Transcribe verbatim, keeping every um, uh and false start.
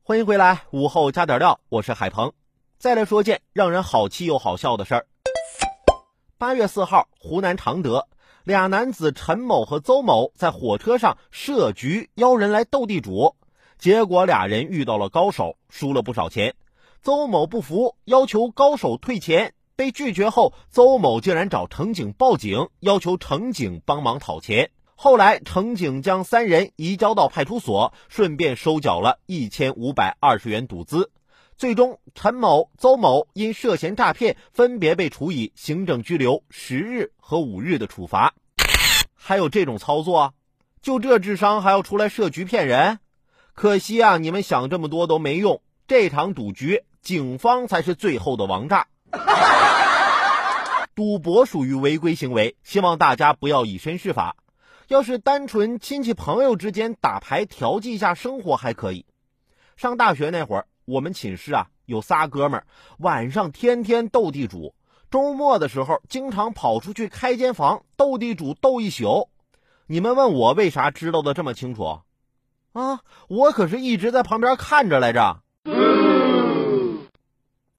欢迎回来，午后加点料，我是海鹏。再来说件让人好气又好笑的事儿。八月四号，湖南常德，俩男子陈某和邹某在火车上设局邀人来斗地主，结果俩人遇到了高手，输了不少钱。邹某不服，要求高手退钱，被拒绝后，邹某竟然找乘警报警，要求乘警帮忙讨钱。后来乘警将三人移交到派出所，顺便收缴了一千五百二十元赌资。最终陈某、邹某因涉嫌诈骗分别被处以行政拘留十日和五日的处罚。还有这种操作啊？就这智商还要出来设局骗人？可惜啊，你们想这么多都没用，这场赌局警方才是最后的王炸。赌博属于违规行为，希望大家不要以身试法。要是单纯亲戚朋友之间打牌调剂一下生活还可以。上大学那会儿，我们寝室啊有仨哥们儿，晚上天天斗地主，周末的时候经常跑出去开间房斗地主斗一宿。你们问我为啥知道的这么清楚啊？我可是一直在旁边看着来着。